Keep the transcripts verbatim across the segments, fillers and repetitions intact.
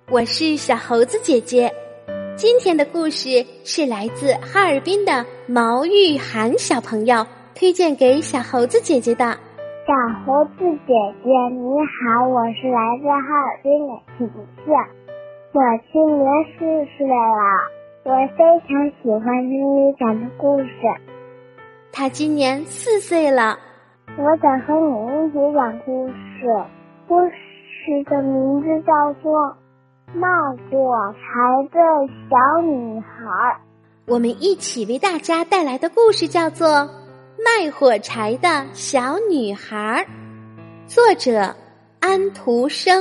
我是小猴子姐姐。今天的故事是来自哈尔滨的毛玉涵小朋友推荐给小猴子姐姐的。 小猴子姐姐你好，我是来自哈尔滨的婷婷，我今年四岁了，我非常喜欢听你讲的故事。 她今年四岁了， 我想和你一起讲故事。故事的名字叫做卖火柴的小女孩。 我们一起为大家带来的故事叫做《卖火柴的小女孩》，作者安徒生。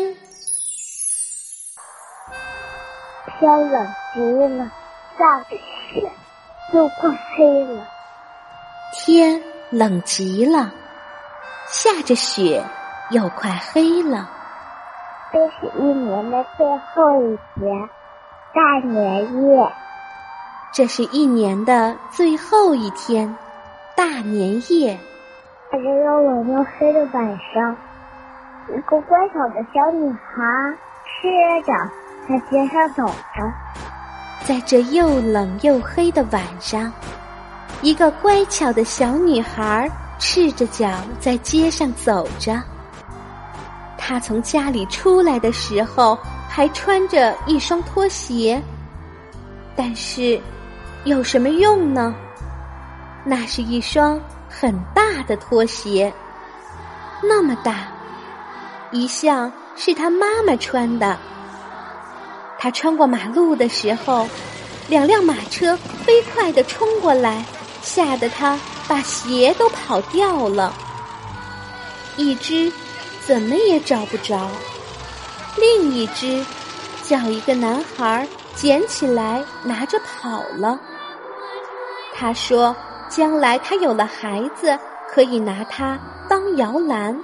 天冷极了，下着雪，又快黑了。 天冷极了，下着雪，又快黑了。 这是一年的最后一天，大年夜。 这是一年的最后一天，大年夜。 在这又冷又黑的晚上，一个乖巧的小女孩吃着在街上走着。 在这又冷又黑的晚上，一个乖巧的小女孩赤着脚在街上走着。她从家里出来的时候还穿着一双拖鞋，但是有什么用呢？那是一双很大的拖鞋，那么大，一向是她妈妈穿的。她穿过马路的时候，两辆马车飞快地冲过来，吓得她把鞋都跑掉了。一只怎么也找不着，另一只叫一个男孩捡起来拿着跑了。他说将来他有了孩子，可以拿它当摇篮。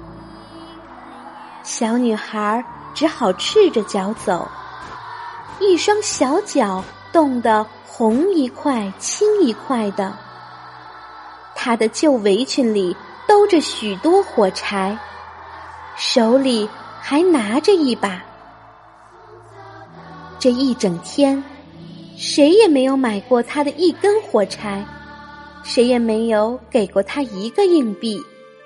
小女孩只好赤着脚走，一双小脚冻得红一块青一块的。她的旧围裙里兜着许多火柴，手里还拿着一把。这一整天，谁也没有买过她的一根火柴，谁也没有给过她一个硬币。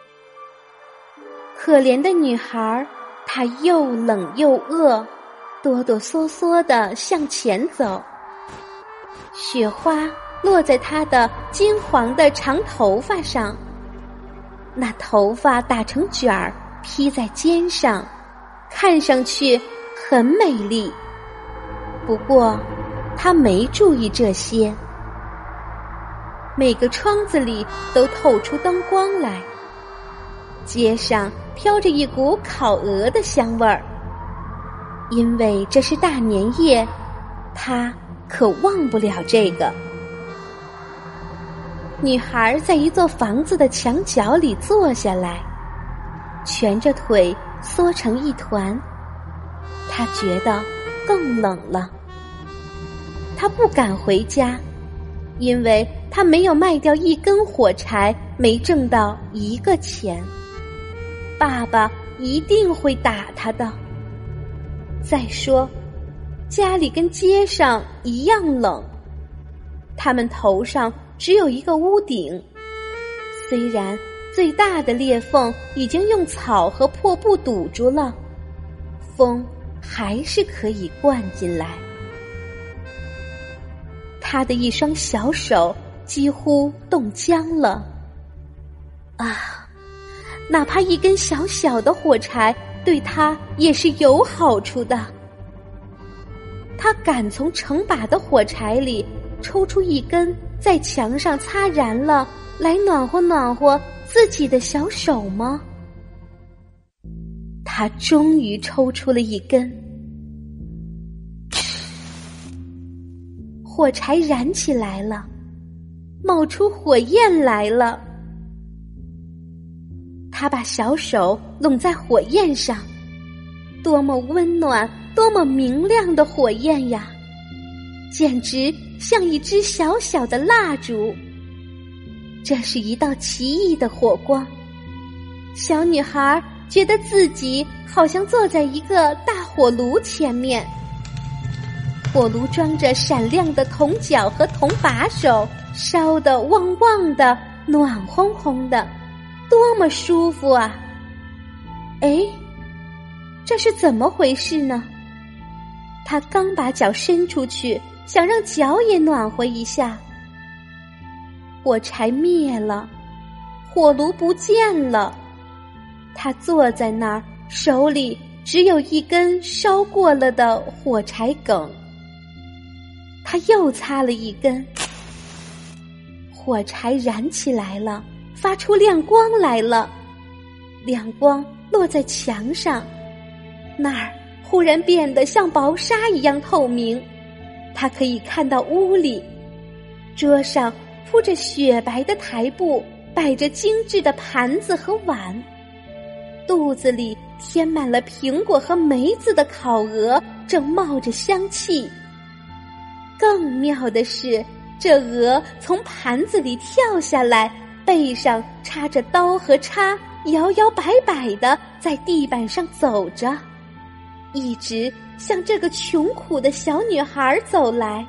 可怜的女孩，她又冷又饿，哆哆嗦嗦地向前走。雪花落在她的金黄的长头发上，那头发打成卷儿披在肩上，看上去很美丽。不过她没注意这些。每个窗子里都透出灯光来，街上飘着一股烤鹅的香味儿。因为这是大年夜，她可忘不了这个。女孩在一座房子的墙角里坐下来，蜷着腿缩成一团。她觉得更冷了。她不敢回家，因为她没有卖掉一根火柴，没挣到一个钱。爸爸一定会打她的。再说，家里跟街上一样冷，他们头上只有一个屋顶，虽然最大的裂缝已经用草和破布堵住了，风还是可以灌进来。他的一双小手几乎冻僵了。啊，哪怕一根小小的火柴对他也是有好处的。他敢从成把的火柴里抽出一根，在墙上擦燃了，来暖和暖和自己的小手吗？他终于抽出了一根，火柴燃起来了，冒出火焰来了。他把小手拢在火焰上，多么温暖，多么明亮的火焰呀！简直像一支小小的蜡烛。这是一道奇异的火光，小女孩觉得自己好像坐在一个大火炉前面。火炉装着闪亮的铜脚和铜把手，烧得旺旺的，暖烘烘的，多么舒服啊！哎，这是怎么回事呢？他刚把脚伸出去，想让脚也暖和一下，火柴灭了，火炉不见了。他坐在那儿，手里只有一根烧过了的火柴梗。他又擦了一根，火柴燃起来了，发出亮光来了。亮光落在墙上，那儿忽然变得像薄纱一样透明。他可以看到屋里，桌上铺着雪白的台布，摆着精致的盘子和碗，肚子里填满了苹果和梅子的烤鹅正冒着香气。更妙的是，这鹅从盘子里跳下来，背上插着刀和叉，摇摇摆摆地在地板上走着，一直向这个穷苦的小女孩走来。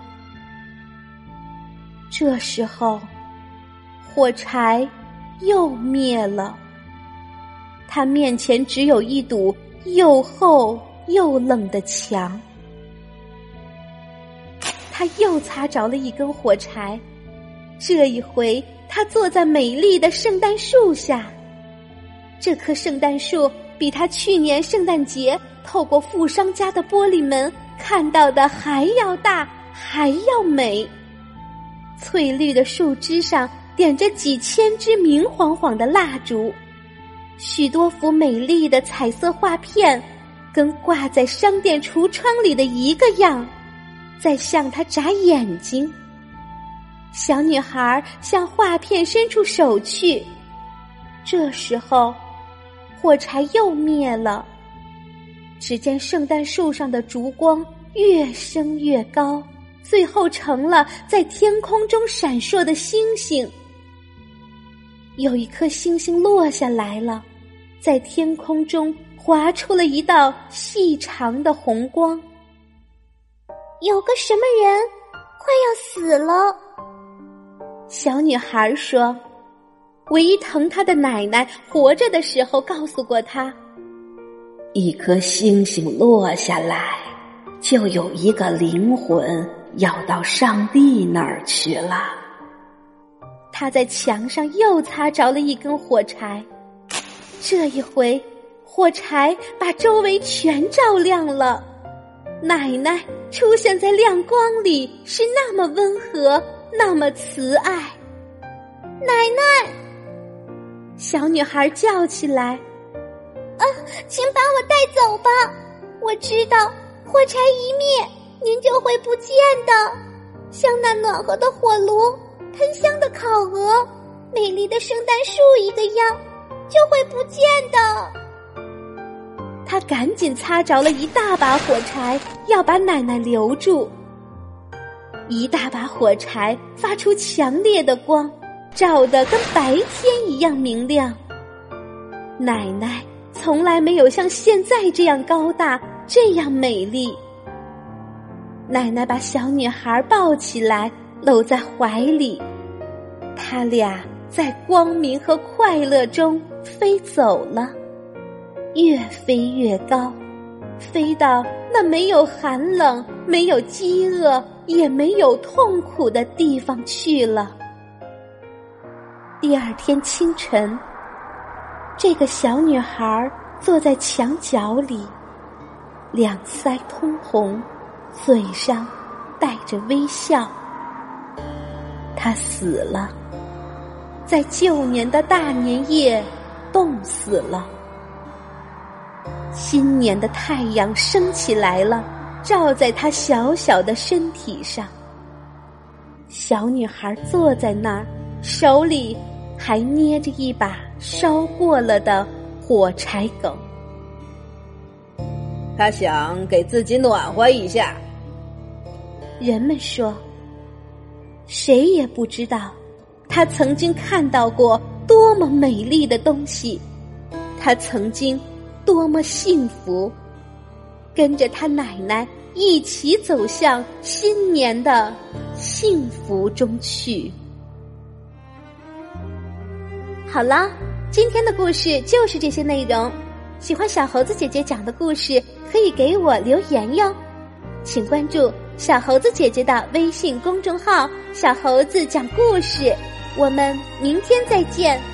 这时候，火柴又灭了，她面前只有一堵又厚又冷的墙。他又擦着了一根火柴，这一回他坐在美丽的圣诞树下。这棵圣诞树比他去年圣诞节透过富商家的玻璃门看到的还要大，还要美。翠绿的树枝上点着几千支明晃晃的蜡烛，许多幅美丽的彩色画片跟挂在商店橱窗里的一个样，在向他眨眼睛。小女孩向画片伸出手去，这时候火柴又灭了。只见圣诞树上的烛光越升越高，最后成了在天空中闪烁的星星。有一颗星星落下来了，在天空中划出了一道细长的红光。 有个什么人快要死了， 小女孩说，唯一疼她的奶奶活着的时候告诉过她， 一颗星星落下来，就有一个灵魂要到上帝那儿去了。 她在墙上又擦着了一根火柴，这一回火柴把周围全照亮了。奶奶出现在亮光里，是那么温和，那么慈爱。 奶奶！ 小女孩叫起来， 啊，请把我带走吧！我知道火柴一灭，您就会不见的，像那暖和的火炉，喷香的烤鹅，美丽的圣诞树一个样，就会不见的。 他赶紧擦着了一大把火柴，要把奶奶留住。一大把火柴发出强烈的光，照得跟白天一样明亮。奶奶从来没有像现在这样高大，这样美丽。奶奶把小女孩抱起来，搂在怀里，他俩在光明和快乐中飞走了，越飞越高，飞到那没有寒冷，没有饥饿，也没有痛苦的地方去了。第二天清晨，这个小女孩坐在墙角里，两腮通红，嘴上带着微笑。她死了，在旧年的大年夜冻死了。新年的太阳升起来了，照在她小小的身体上。小女孩坐在那儿，手里还捏着一把烧过了的火柴梗。 她想给自己暖和一下。 人们说，谁也不知道她曾经看到过多么美丽的东西，她曾经多么幸福，跟着他奶奶一起走向新年的幸福中去。好了，今天的故事就是这些内容。喜欢小猴子姐姐讲的故事，可以给我留言哟。请关注小猴子姐姐的微信公众号“小猴子讲故事”。我们明天再见。